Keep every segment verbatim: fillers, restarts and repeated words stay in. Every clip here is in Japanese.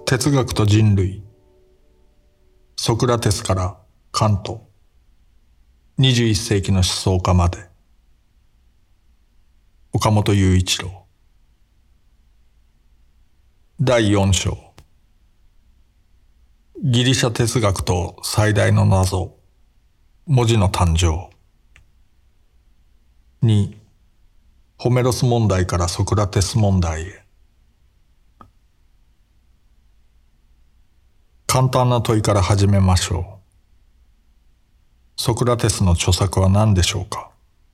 哲学と人類、ソクラテスからカント、にじゅういっ世紀の思想家まで。岡本雄一郎。だいよん章、ギリシャ哲学と最大の謎、文字の誕生。に、ホメロス問題からソクラテス問題へ。簡単な問いから始めましょう。ソクラテスの著作は何でしょうか。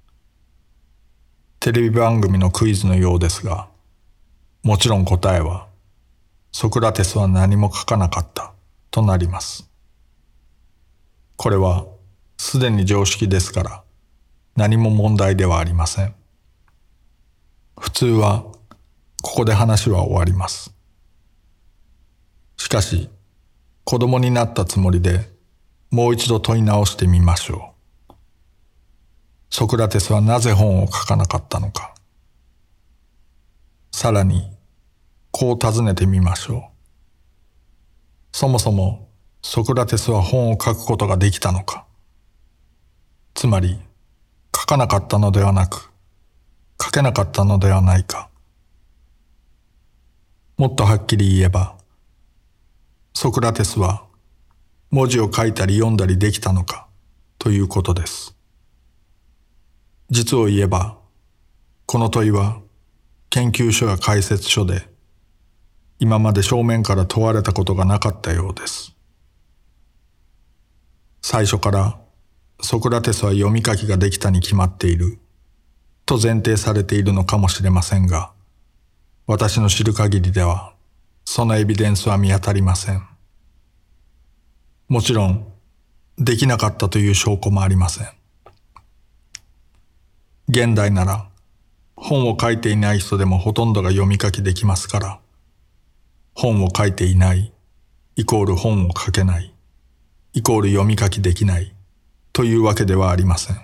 テレビ番組のクイズのようですが、もちろん答えは、ソクラテスは何も書かなかったとなります。これはすでに常識ですから何も問題ではありません。普通はここで話は終わります。しかし子供になったつもりでもう一度問い直してみましょう。ソクラテスはなぜ本を書かなかったのか。さらにこう尋ねてみましょう。そもそもソクラテスは本を書くことができたのか。つまり書かなかったのではなく書けなかったのではないか。もっとはっきり言えばソクラテスは文字を書いたり読んだりできたのかということです。実を言えばこの問いは研究所や解説書で今まで正面から問われたことがなかったようです。最初からソクラテスは読み書きができたに決まっていると前提されているのかもしれませんが、私の知る限りではそのエビデンスは見当たりません。もちろんできなかったという証拠もありません。現代なら本を書いていない人でもほとんどが読み書きできますから、本を書いていないイコール本を書けないイコール読み書きできないというわけではありません。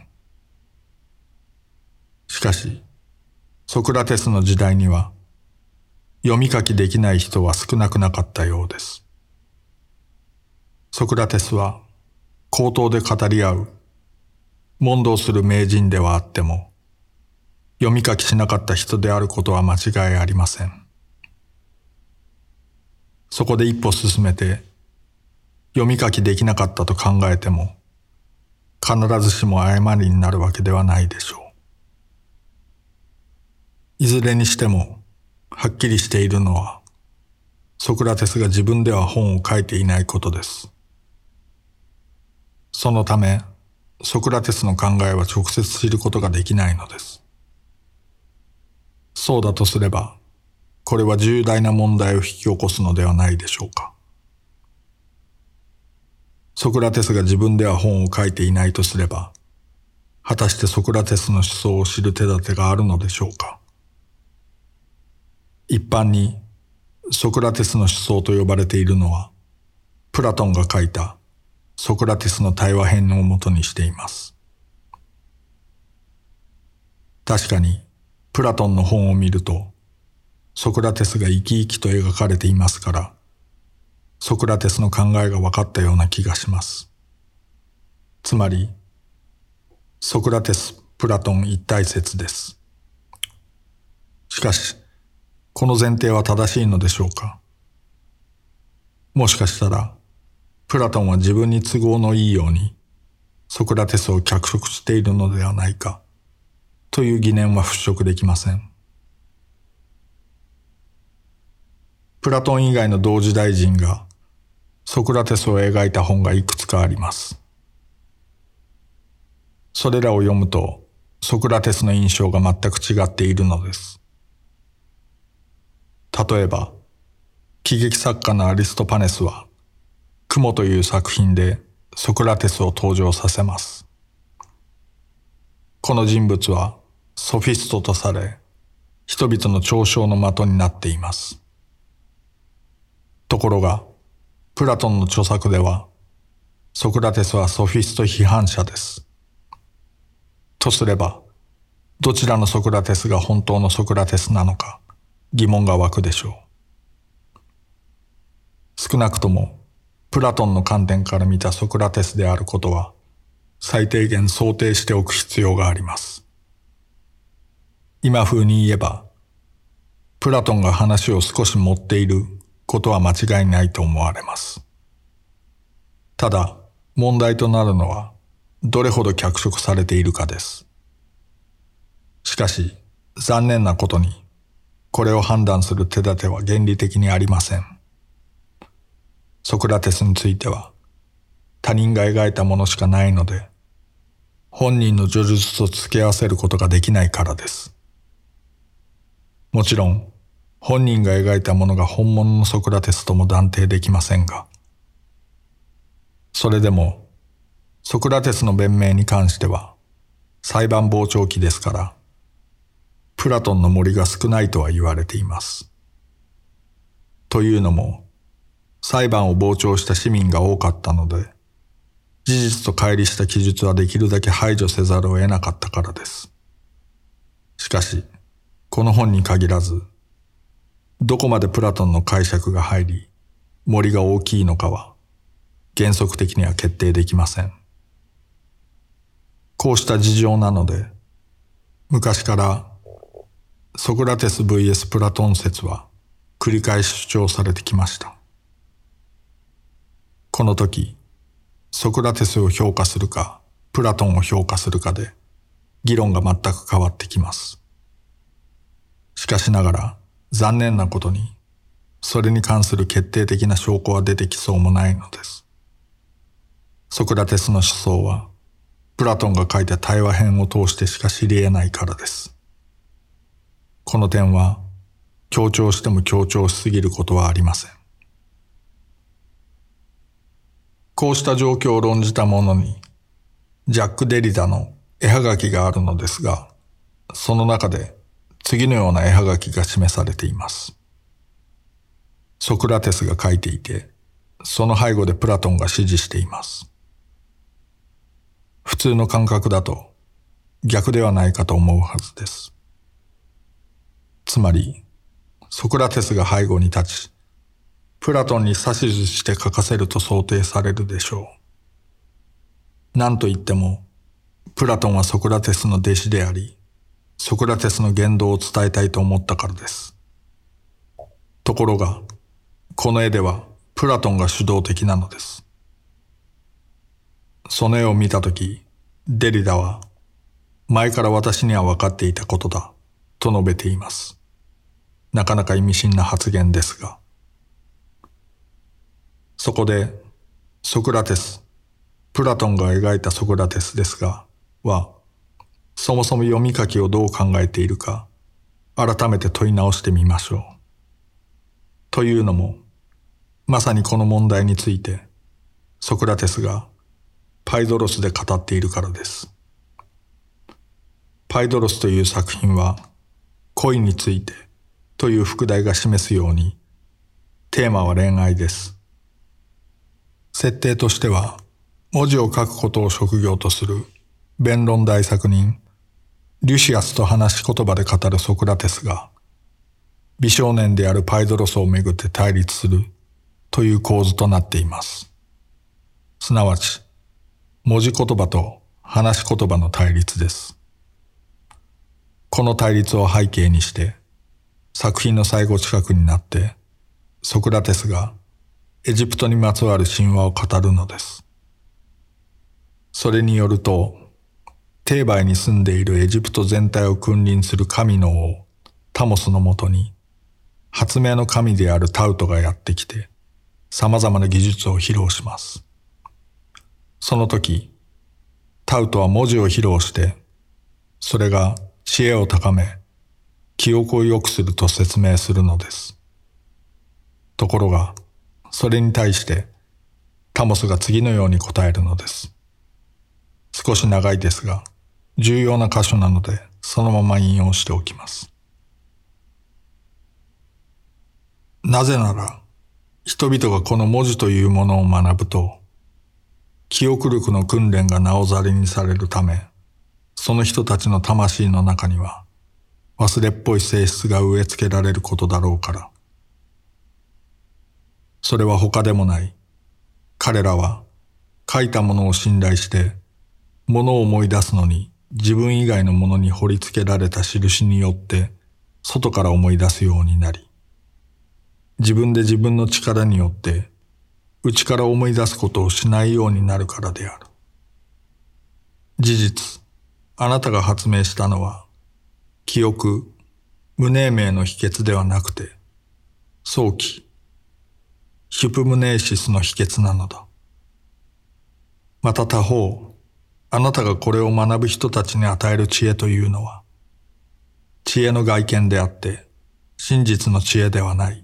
しかしソクラテスの時代には読み書きできない人は少なくなかったようです。ソクラテスは口頭で語り合う問答する名人ではあっても読み書きしなかった人であることは間違いありません。そこで一歩進めて読み書きできなかったと考えても必ずしも誤りになるわけではないでしょう。いずれにしてもはっきりしているのはソクラテスが自分では本を書いていないことです。そのためソクラテスの考えは直接知ることができないのです。そうだとすればこれは重大な問題を引き起こすのではないでしょうか。ソクラテスが自分では本を書いていないとすれば、果たしてソクラテスの思想を知る手立てがあるのでしょうか。一般にソクラテスの思想と呼ばれているのは、プラトンが書いたソクラテスの対話編をもとにしています。確かにプラトンの本を見ると、ソクラテスが生き生きと描かれていますから、ソクラテスの考えが分かったような気がします。つまり、ソクラテス・プラトン一体説です。しかし、この前提は正しいのでしょうか。もしかしたら、プラトンは自分に都合のいいように、ソクラテスを脚色しているのではないか、という疑念は払拭できません。プラトン以外の同時代人がソクラテスを描いた本がいくつかあります。それらを読むとソクラテスの印象が全く違っているのです。例えば、喜劇作家のアリストパネスは雲という作品でソクラテスを登場させます。この人物はソフィストとされ、人々の嘲笑の的になっています。ところが、プラトンの著作では、ソクラテスはソフィスト批判者です。とすれば、どちらのソクラテスが本当のソクラテスなのか疑問が湧くでしょう。 少なくともプラトンの観点から見たソクラテスであることは最低限想定しておく必要があります。今風に言えば、プラトンが話を少し持っていることは間違いないと思われます。ただ、問題となるのは、どれほど脚色されているかです。しかし、残念なことに、これを判断する手立ては原理的にありません。ソクラテスについては、他人が描いたものしかないので、本人の叙述と付け合わせることができないからです。もちろん、本人が描いたものが本物のソクラテスとも断定できませんが、それでも、ソクラテスの弁明に関しては、裁判傍聴記ですから、プラトンの森が少ないとは言われています。というのも、裁判を傍聴した市民が多かったので、事実と乖離した記述はできるだけ排除せざるを得なかったからです。しかし、この本に限らず、どこまでプラトンの解釈が入り、森が大きいのかは、原則的には決定できません。こうした事情なので、昔からソクラテス ブイエス プラトン説は繰り返し主張されてきました。この時、ソクラテスを評価するか、プラトンを評価するかで、議論が全く変わってきます。しかしながら、残念なことに、それに関する決定的な証拠は出てきそうもないのです。ソクラテスの思想は、プラトンが書いた対話編を通してしか知り得ないからです。この点は、強調しても強調しすぎることはありません。こうした状況を論じたものに、ジャック・デリダの絵はがきがあるのですが、その中で次のような絵はがきが示されています。ソクラテスが書いていて、その背後でプラトンが指示しています。普通の感覚だと逆ではないかと思うはずです。つまり、ソクラテスが背後に立ち、プラトンに指図して書かせると想定されるでしょう。何と言っても、プラトンはソクラテスの弟子であり、ソクラテスの言動を伝えたいと思ったからです。ところが、この絵ではプラトンが主導的なのです。その絵を見たとき、デリダは、前から私には分かっていたことだ、と述べています。なかなか意味深な発言ですが。そこで、ソクラテス、プラトンが描いたソクラテスですが、は、そもそも読み書きをどう考えているか、改めて問い直してみましょう。というのも、まさにこの問題について、ソクラテスがパイドロスで語っているからです。パイドロスという作品は、恋についてという副題が示すように、テーマは恋愛です。設定としては、文字を書くことを職業とする弁論大作人、リュシアスと話し言葉で語るソクラテスが、美少年であるパイドロスをめぐって対立するという構図となっています。すなわち、文字言葉と話し言葉の対立です。この対立を背景にして、作品の最後近くになって、ソクラテスがエジプトにまつわる神話を語るのです。それによると、テーバイに住んでいるエジプト全体を君臨する神の王、タモスのもとに、発明の神であるタウトがやってきて、様々な技術を披露します。その時、タウトは文字を披露して、それが知恵を高め、記憶を良くすると説明するのです。ところが、それに対して、タモスが次のように答えるのです。少し長いですが、重要な箇所なので、そのまま引用しておきます。なぜなら、人々がこの文字というものを学ぶと、記憶力の訓練がなおざりにされるため、その人たちの魂の中には、忘れっぽい性質が植え付けられることだろうから。 それは他でもない。彼らは書いたものを信頼して、ものを思い出すのに自分以外のものに彫り付けられた印によって外から思い出すようになり、自分で自分の力によって内から思い出すことをしないようになるからである。事実、あなたが発明したのは、記憶、無命名の秘訣ではなくて、早期、ヒュプムネーシスの秘訣なのだ。また他方、あなたがこれを学ぶ人たちに与える知恵というのは、知恵の外見であって、真実の知恵ではない。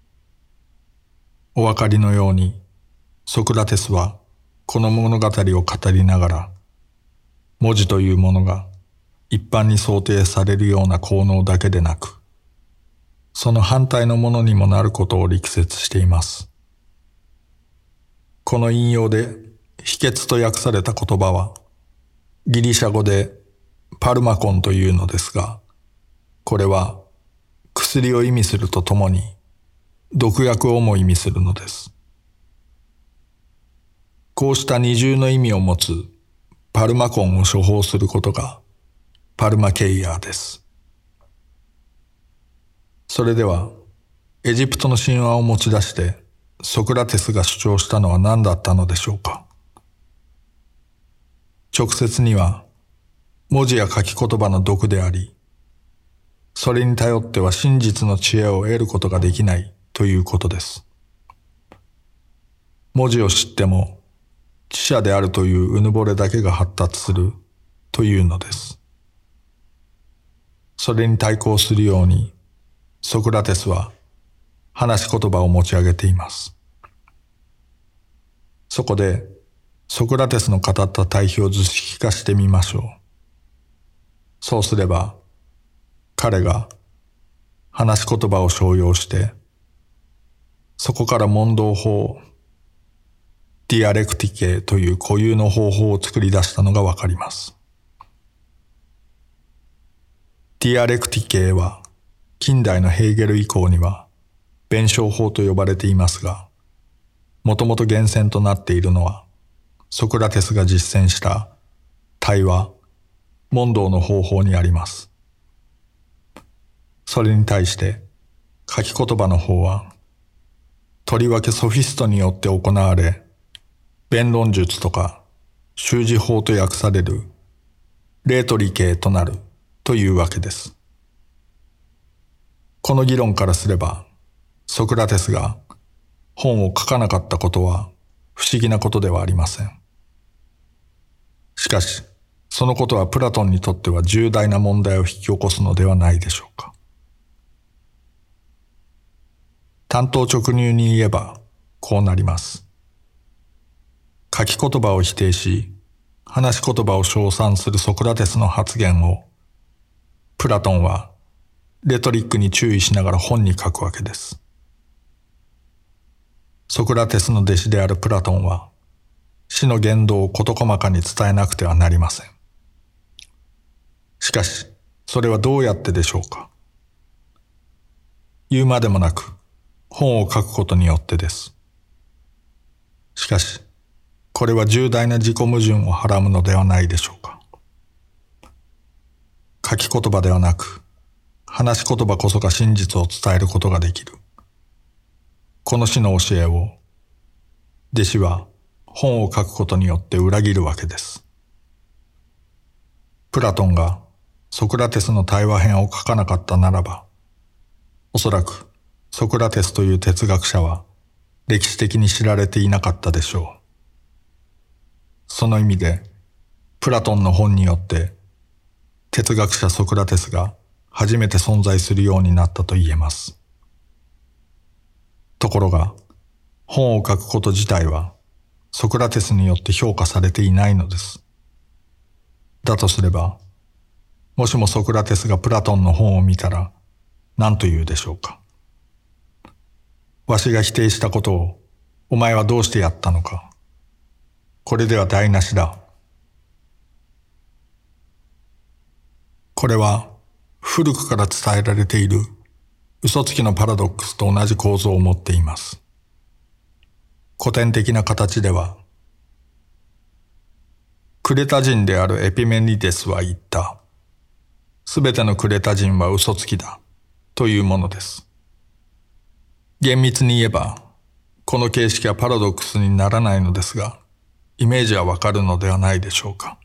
お分かりのように、ソクラテスはこの物語を語りながら、文字というものが一般に想定されるような効能だけでなく、その反対のものにもなることを力説しています。この引用で秘訣と訳された言葉は、ギリシャ語でパルマコンというのですが、これは薬を意味するとともに毒薬をも意味するのです。こうした二重の意味を持つパルマコンを処方することがパルマケイヤーです。それではエジプトの神話を持ち出してソクラテスが主張したのは何だったのでしょうか。直接には文字や書き言葉の毒であり、それに頼っては真実の知恵を得ることができないということです。文字を知っても知者であるといううぬぼれだけが発達するというのです。それに対抗するようにソクラテスは話し言葉を持ち上げています。そこでソクラテスの語った対比を図式化してみましょう。そうすれば彼が話し言葉を商用してそこから問答法ディアレクティケという固有の方法を作り出したのがわかります。ディアレクティケは近代のヘーゲル以降には弁証法と呼ばれていますが、もともと源泉となっているのはソクラテスが実践した対話、問答の方法にあります。それに対して書き言葉の方はとりわけソフィストによって行われ、弁論術とか習字法と訳されるレートリケとなるというわけです。この議論からすれば、ソクラテスが本を書かなかったことは不思議なことではありません。しかし、そのことはプラトンにとっては重大な問題を引き起こすのではないでしょうか。単刀直入に言えば、こうなります。書き言葉を否定し、話し言葉を称賛するソクラテスの発言を、プラトンはレトリックに注意しながら本に書くわけです。ソクラテスの弟子であるプラトンは、死の言動を事細かに伝えなくてはなりません。しかし、それはどうやってでしょうか。言うまでもなく、本を書くことによってです。しかし、これは重大な自己矛盾をはらむのではないでしょうか。書き言葉ではなく、話し言葉こそが真実を伝えることができる。この師の教えを、弟子は本を書くことによって裏切るわけです。プラトンがソクラテスの対話編を書かなかったならば、おそらくソクラテスという哲学者は歴史的に知られていなかったでしょう。その意味で、プラトンの本によって哲学者ソクラテスが初めて存在するようになったと言えます。ところが、本を書くこと自体はソクラテスによって評価されていないのです。だとすれば、もしもソクラテスがプラトンの本を見たら何と言うでしょうか。わしが否定したことをお前はどうしてやったのか。これでは台無しだ。これは古くから伝えられている嘘つきのパラドックスと同じ構造を持っています。 古典的な形では、クレタ人であるエピメニデスは言った。すべてのクレタ人は嘘つきだ、というものです。厳密に言えば、この形式はパラドックスにならないのですが、イメージはわかるのではないでしょうか。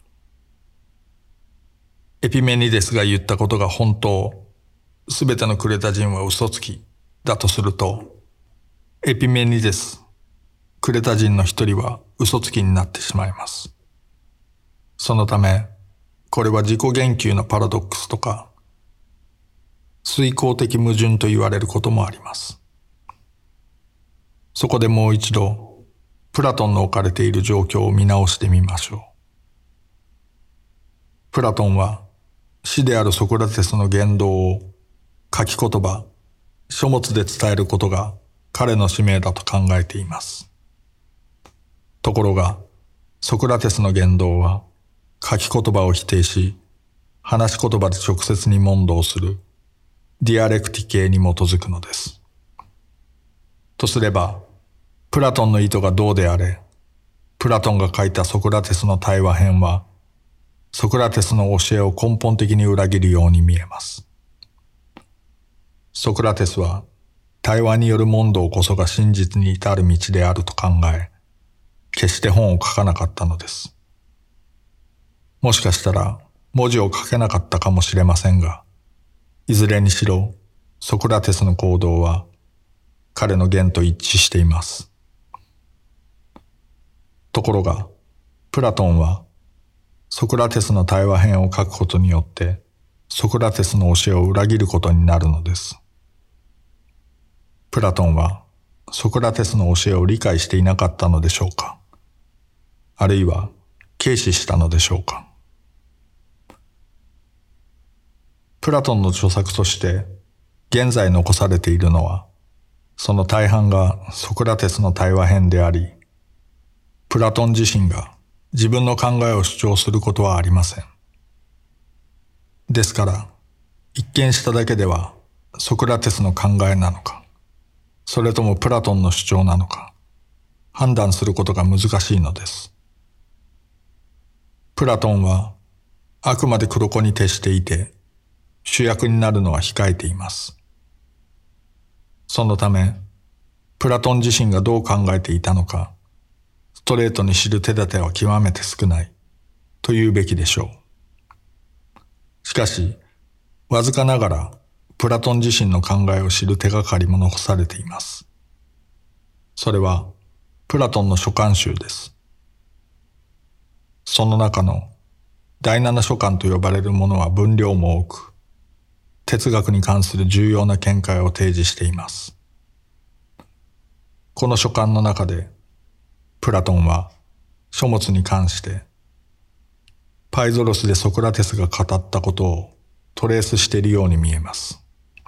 エピメニデスが言ったことが本当、すべてのクレタ人は嘘つきだとすると、エピメニデス、クレタ人の一人は嘘つきになってしまいます。そのため、これは自己言及のパラドックスとか、遂行的矛盾と言われることもあります。そこでもう一度、プラトンの置かれている状況を見直してみましょう。プラトンは、師であるソクラテスの言動を書き言葉、書物で伝えることが彼の使命だと考えています。ところが、ソクラテスの言動は、書き言葉を否定し、話し言葉で直接に問答する、ディアレクティ系に基づくのです。とすれば、プラトンの意図がどうであれ、プラトンが書いたソクラテスの対話編は、ソクラテスの教えを根本的に裏切るように見えます。ソクラテスは、対話による問答こそが真実に至る道であると考え、決して本を書かなかったのです。もしかしたら、文字を書けなかったかもしれませんが、いずれにしろ、ソクラテスの行動は、彼の言と一致しています。ところが、プラトンは、ソクラテスの対話編を書くことによって、ソクラテスの教えを裏切ることになるのです。プラトンは、ソクラテスの教えを理解していなかったのでしょうか。あるいは、軽視したのでしょうか。プラトンの著作として、現在残されているのは、その大半がソクラテスの対話編であり、プラトン自身が自分の考えを主張することはありません。ですから、一見しただけではソクラテスの考えなのか、それともプラトンの主張なのか、判断することが難しいのです。プラトンはあくまで黒子に徹していて、主役になるのは控えています。そのため、プラトン自身がどう考えていたのか、ストレートに知る手立ては極めて少ない、と言うべきでしょう。しかし、わずかながら、プラトン自身の考えを知る手がかりも残されています。それは、プラトンの書簡集です。その中の、第七書簡と呼ばれるものは分量も多く、哲学に関する重要な見解を提示しています。この書簡の中で、プラトンは書物に関して、パイゾロスでソクラテスが語ったことをトレースしているように見えます。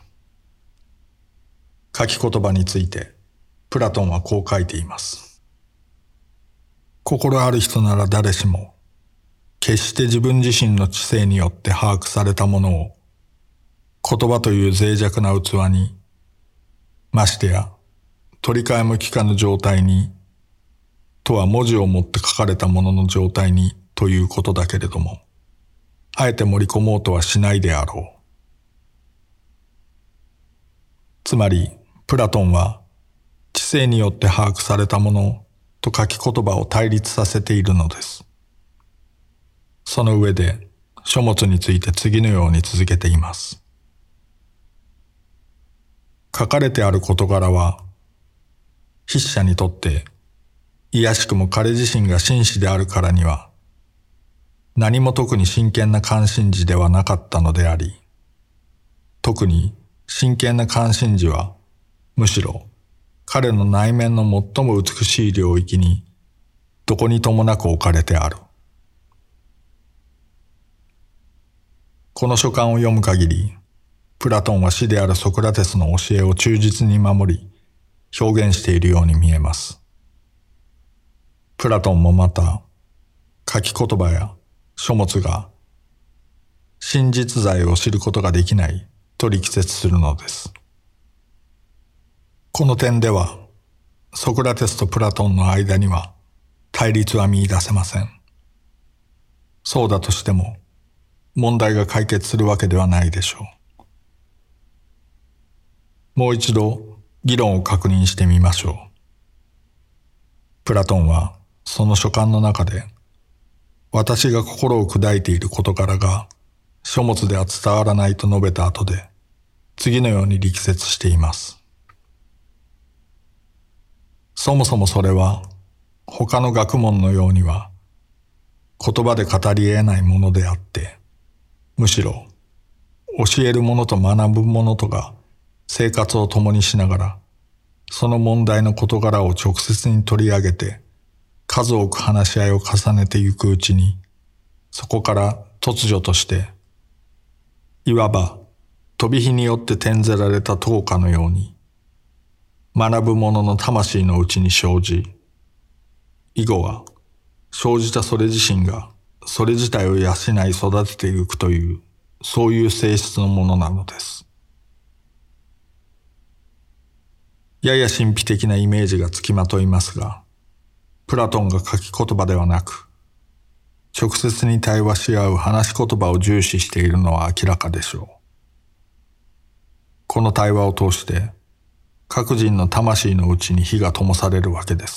書き言葉について、プラトンはこう書いています。心ある人なら誰しも、決して自分自身の知性によって把握されたものを、言葉という脆弱な器に、ましてや、取り替えも利かぬ状態に、とは文字をもって書かれたものの状態にということだけれども、あえて盛り込もうとはしないであろう。つまり、プラトンは、知性によって把握されたものと書き言葉を対立させているのです。その上で、書物について次のように続けています。書かれてある事柄は、筆者にとって、いやしくも彼自身が真摯であるからには、何も特に真剣な関心事ではなかったのであり、特に真剣な関心事は、むしろ彼の内面の最も美しい領域に、どこにともなく置かれてある。この書簡を読む限り、プラトンは師であるソクラテスの教えを忠実に守り、表現しているように見えます。プラトンもまた、書き言葉や書物が真実在を知ることができないと力説するのです。この点では、 ソクラテスとプラトンの間には対立は見出せません。そうだとしても問題が解決するわけではないでしょう。もう一度議論を確認してみましょう。プラトンはその書簡の中で、私が心を砕いている事柄が書物では伝わらないと述べた後で、次のように力説しています。そもそもそれは他の学問のようには言葉で語り得ないものであって、むしろ教える者と学ぶ者とが生活を共にしながら、その問題の事柄を直接に取り上げて数多く話し合いを重ねてゆくうちに、そこから突如として、いわば飛び火によって転ぜられた灯火のように、学ぶ者の魂の内に生じ、以後は生じたそれ自身がそれ自体を養い育てていくという、そういう性質のものなのです。やや神秘的なイメージがつきまといますが、プラトンが書き言葉ではなく、直接に対話し合う話し言葉を重視しているのは明らかでしょう。この対話を通して、各人の魂の内に火が灯されるわけです。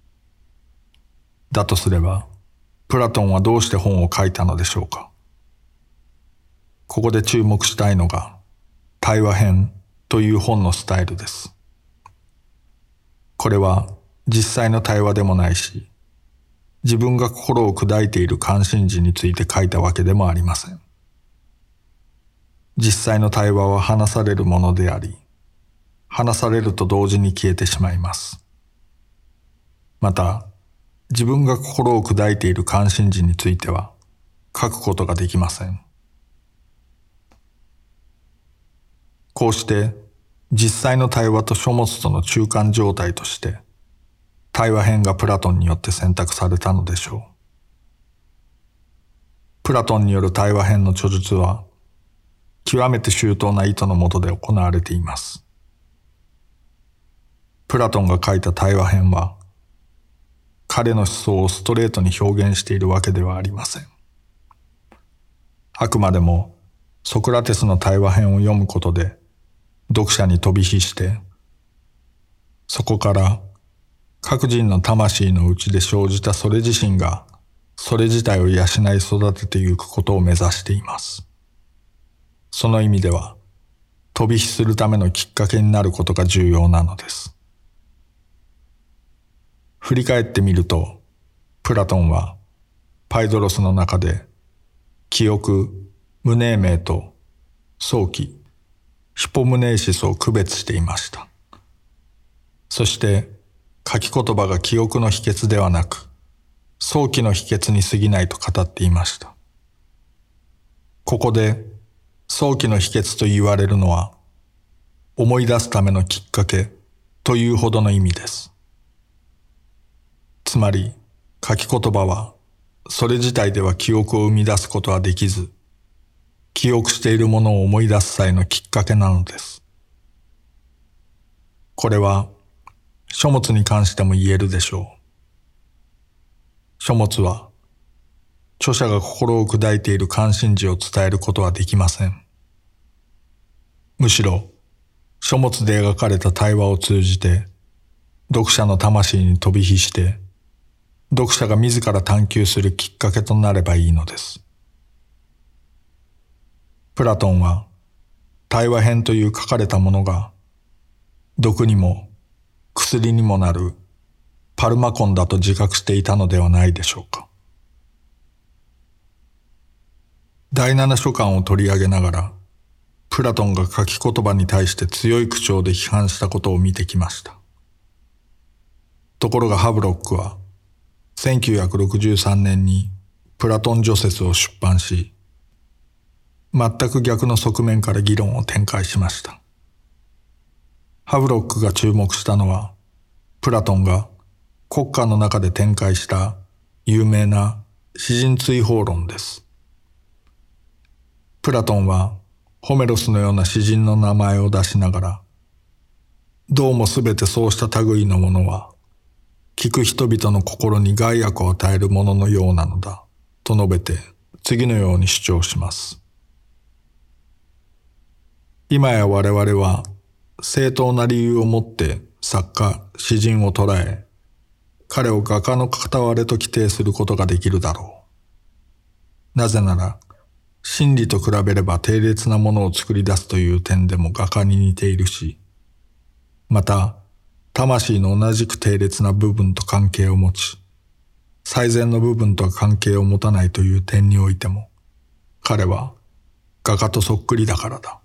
だとすれば、プラトンはどうして本を書いたのでしょうか。ここで注目したいのが、対話編という本のスタイルです。これは実際の対話でもないし、自分が心を砕いている関心事について書いたわけでもありません。実際の対話は話されるものであり、話されると同時に消えてしまいます。また、自分が心を砕いている関心事については書くことができません。こうして実際の対話と書物との中間状態として対話編がプラトンによって選択されたのでしょう。プラトンによる対話編の著述は極めて周到な意図のもとで行われています。プラトンが書いた対話編は彼の思想をストレートに表現しているわけではありません。あくまでもソクラテスの対話編を読むことで読者に飛び火して、そこから各人の魂の内で生じたそれ自身がそれ自体を養い育ててゆくことを目指しています。その意味では飛び火するためのきっかけになることが重要なのです。振り返ってみると、プラトンはパイドロスの中で記憶、ムネーメーと早期、ヒポムネーシスを区別していました。そして書き言葉が記憶の秘訣ではなく、早期の秘訣に過ぎないと語っていました。ここで早期の秘訣と言われるのは、思い出すためのきっかけというほどの意味です。つまり書き言葉はそれ自体では記憶を生み出すことはできず、記憶しているものを思い出す際のきっかけなのです。これは書物に関しても言えるでしょう。書物は著者が心を砕いている関心事を伝えることはできません。むしろ書物で描かれた対話を通じて読者の魂に飛び火して読者が自ら探求するきっかけとなればいいのです。プラトンは対話編という書かれたものが毒にも薬にもなるパルマコンだと自覚していたのではないでしょうか。第七書簡を取り上げながらプラトンが書き言葉に対して強い口調で批判したことを見てきました。ところがハブロックはせんきゅうひゃくろくじゅうさんねんにプラトン序説を出版し、全く逆の側面から議論を展開しました。ハブロックが注目したのは、プラトンが国家の中で展開した有名な詩人追放論です。プラトンはホメロスのような詩人の名前を出しながら、 どうもすべてそうした類のものは、聞く人々の心に害悪を与えるもののようなのだ、と述べて次のように主張します。今や我々は正当な理由をもって作家、詩人を捉え、彼を画家の片割れと規定することができるだろう。なぜなら、真理と比べれば低劣なものを作り出すという点でも画家に似ているし、また、魂の同じく低劣な部分と関係を持ち、最善の部分とは関係を持たないという点においても、彼は画家とそっくりだからだ。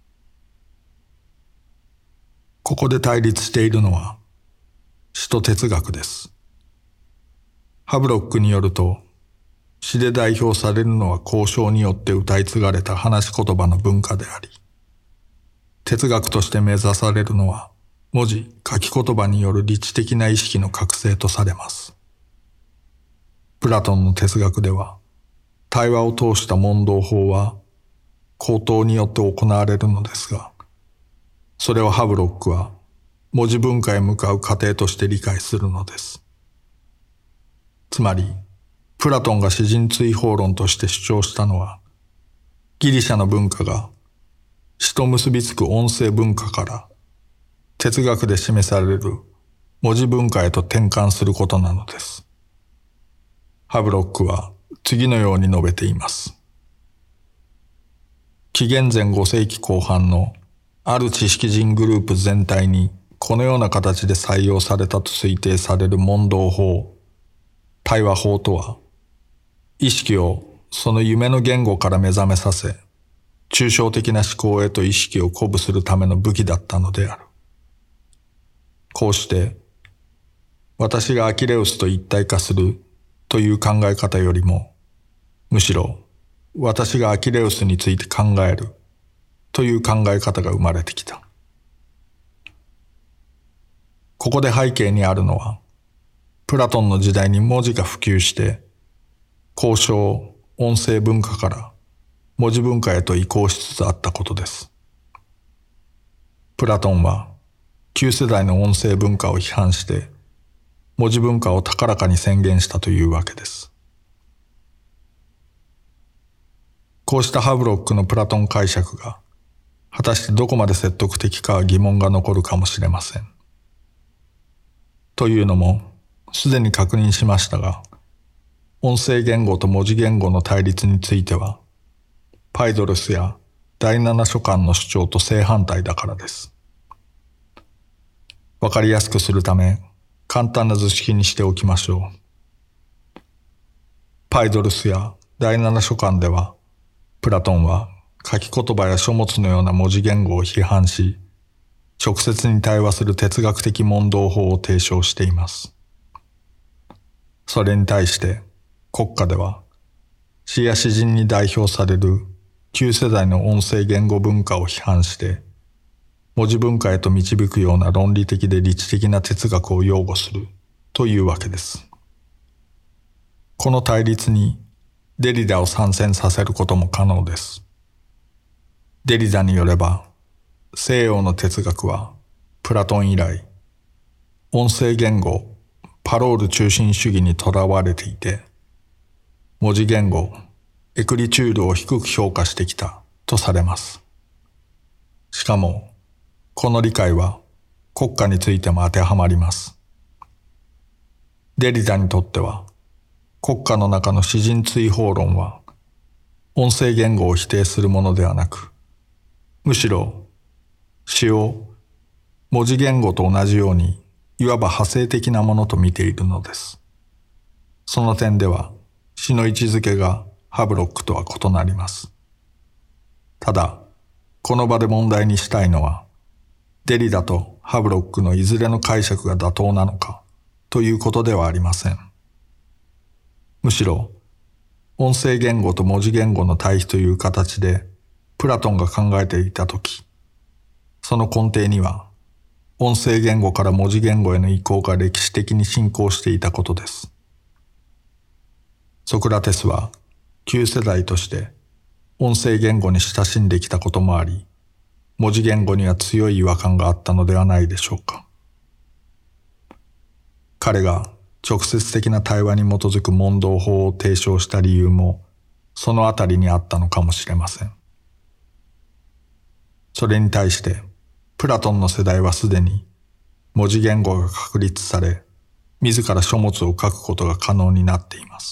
ここで対立しているのは、詩と哲学です。ハブロックによると、詩で代表されるのは交渉によって歌い継がれた話し言葉の文化であり、哲学として目指されるのは、文字、書き言葉による理知的な意識の覚醒とされます。プラトンの哲学では、対話を通した問答法は、口頭によって行われるのですが、それをハブロックは、文字文化へ向かう過程として理解するのです。つまり、プラトンが詩人追放論として主張したのは、ギリシャの文化が詩と結びつく音声文化から哲学で示される文字文化へと転換することなのです。ハブロックは次のように述べています。紀元前ご世紀後半のある知識人グループ全体にこのような形で採用されたと推定される問答法、対話法とは、意識をその夢の言語から目覚めさせ、抽象的な思考へと意識を鼓舞するための武器だったのである。こうして、私がアキレウスと一体化するという考え方よりも、むしろ私がアキレウスについて考えるという考え方が生まれてきた。ここで背景にあるのは、プラトンの時代に文字が普及して、交渉、音声文化から文字文化へと移行しつつあったことです。プラトンは旧世代の音声文化を批判して、文字文化を高らかに宣言したというわけです。こうしたハブロックのプラトン解釈が、果たしてどこまで説得的かは疑問が残るかもしれません。というのも、すでに確認しましたが、音声言語と文字言語の対立については、パイドルスや第七書簡の主張と正反対だからです。わかりやすくするため、簡単な図式にしておきましょう。パイドルスや第七書簡では、プラトンは書き言葉や書物のような文字言語を批判し、直接に対話する哲学的問答法を提唱しています。それに対して国家では詩や詩人に代表される旧世代の音声言語文化を批判して文字文化へと導くような論理的で理知的な哲学を擁護するというわけです。この対立にデリダを参戦させることも可能です。デリダによれば西洋の哲学はプラトン以来音声言語パロール中心主義にとらわれていて、文字言語、エクリチュールを低く評価してきたとされます。しかも、この理解は国家についても当てはまります。デリダにとっては、国家の中の詩人追放論は、音声言語を否定するものではなく、むしろ、詩を文字言語と同じように、いわば派生的なものと見ているのです。その点では、詩の位置づけがハブロックとは異なります。ただ、この場で問題にしたいのは、デリダとハブロックのいずれの解釈が妥当なのかということではありません。むしろ、音声言語と文字言語の対比という形で、プラトンが考えていたとき、その根底には、音声言語から文字言語への移行が歴史的に進行していたことです。ソクラテスは旧世代として音声言語に親しんできたこともあり、 文字言語には強い違和感があったのではないでしょうか。彼が直接的な対話に基づく問答法を提唱した理由もそのあたりにあったのかもしれません。それに対してプラトンの世代はすでに文字言語が確立され、自ら書物を書くことが可能になっています。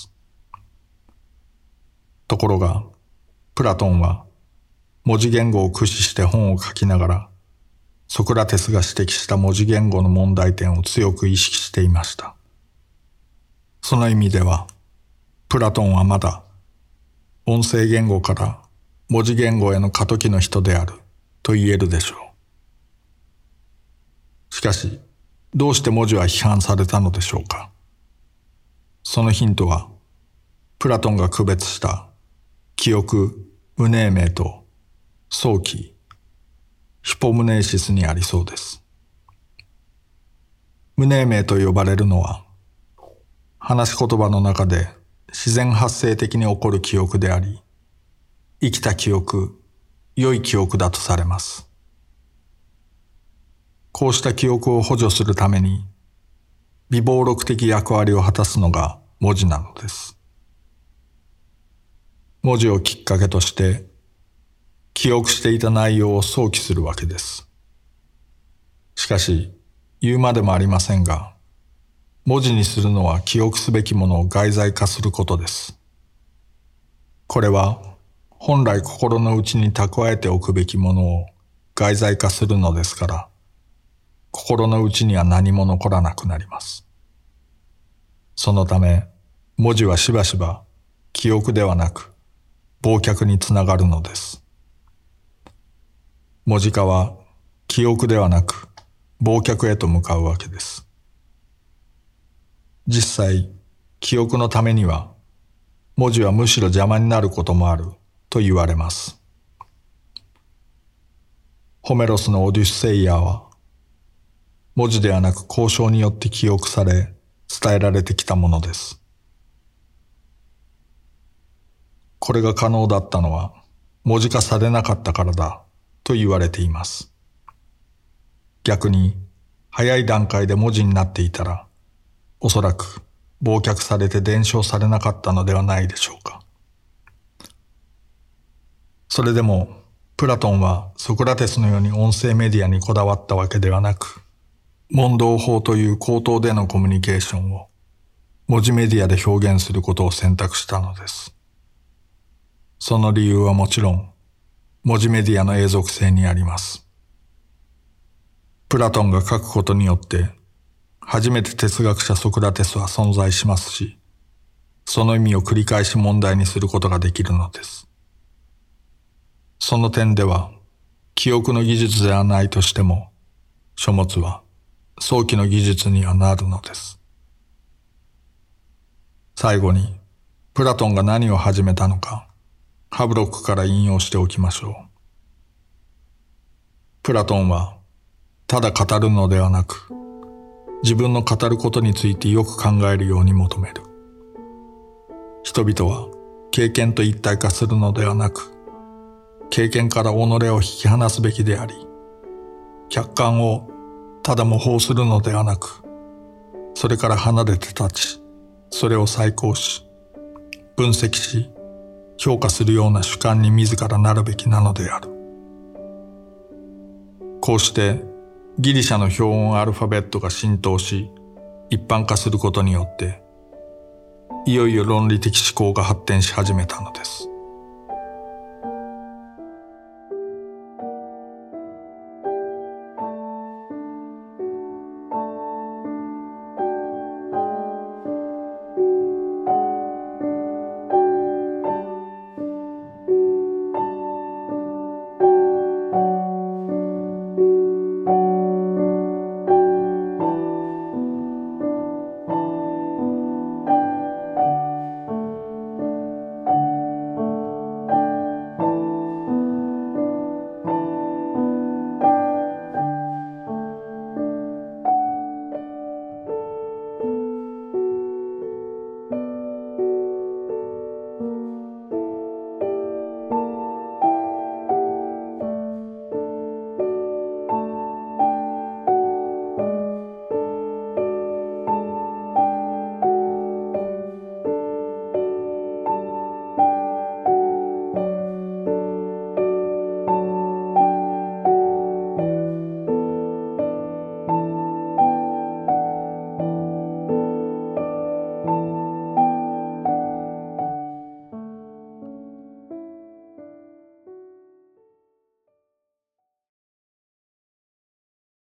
ところが、プラトンは文字言語を駆使して本を書きながら、ソクラテスが指摘した文字言語の問題点を強く意識していました。その意味では、プラトンはまだ音声言語から文字言語への過渡期の人であると言えるでしょう。しかし、どうして文字は批判されたのでしょうか。そのヒントは、プラトンが区別した記憶、ムネーメーと早期、ヒポムネーシスにありそうです。ムネーメーと呼ばれるのは、話し言葉の中で自然発生的に起こる記憶であり、生きた記憶、良い記憶だとされます。こうした記憶を補助するために、微暴録的役割を果たすのが文字なのです。文字をきっかけとして、記憶していた内容を想起するわけです。しかし、言うまでもありませんが、文字にするのは記憶すべきものを外在化することです。これは、本来心の内に蓄えておくべきものを外在化するのですから、心の内には何も残らなくなります。そのため、文字はしばしば記憶ではなく、忘却につながるのです。文字化は記憶ではなく、忘却へと向かうわけです。実際、記憶のためには、文字はむしろ邪魔になることもあると言われます。ホメロスのオデュッセイアは、文字ではなく交渉によって記憶され、伝えられてきたものです。これが可能だったのは、文字化されなかったからだと言われています。逆に、早い段階で文字になっていたら、おそらく忘却されて伝承されなかったのではないでしょうか。それでも、プラトンはソクラテスのように音声メディアにこだわったわけではなく、問答法という口頭でのコミュニケーションを文字メディアで表現することを選択したのです。その理由はもちろん文字メディアの永続性にあります。プラトンが書くことによって初めて哲学者ソクラテスは存在しますし、その意味を繰り返し問題にすることができるのです。その点では記憶の技術ではないとしても書物は早期の技術にはなるのです。最後に、プラトンが何を始めたのか、ハブロックから引用しておきましょう。プラトンは、ただ語るのではなく、自分の語ることについてよく考えるように求める。人々は経験と一体化するのではなく、経験から己を引き離すべきであり、客観をただ模倣するのではなく、それから離れて立ち、それを再考し、分析し、評価するような主観に自らなるべきなのである。こうしてギリシャの標音アルファベットが浸透し、一般化することによって、いよいよ論理的思考が発展し始めたのです。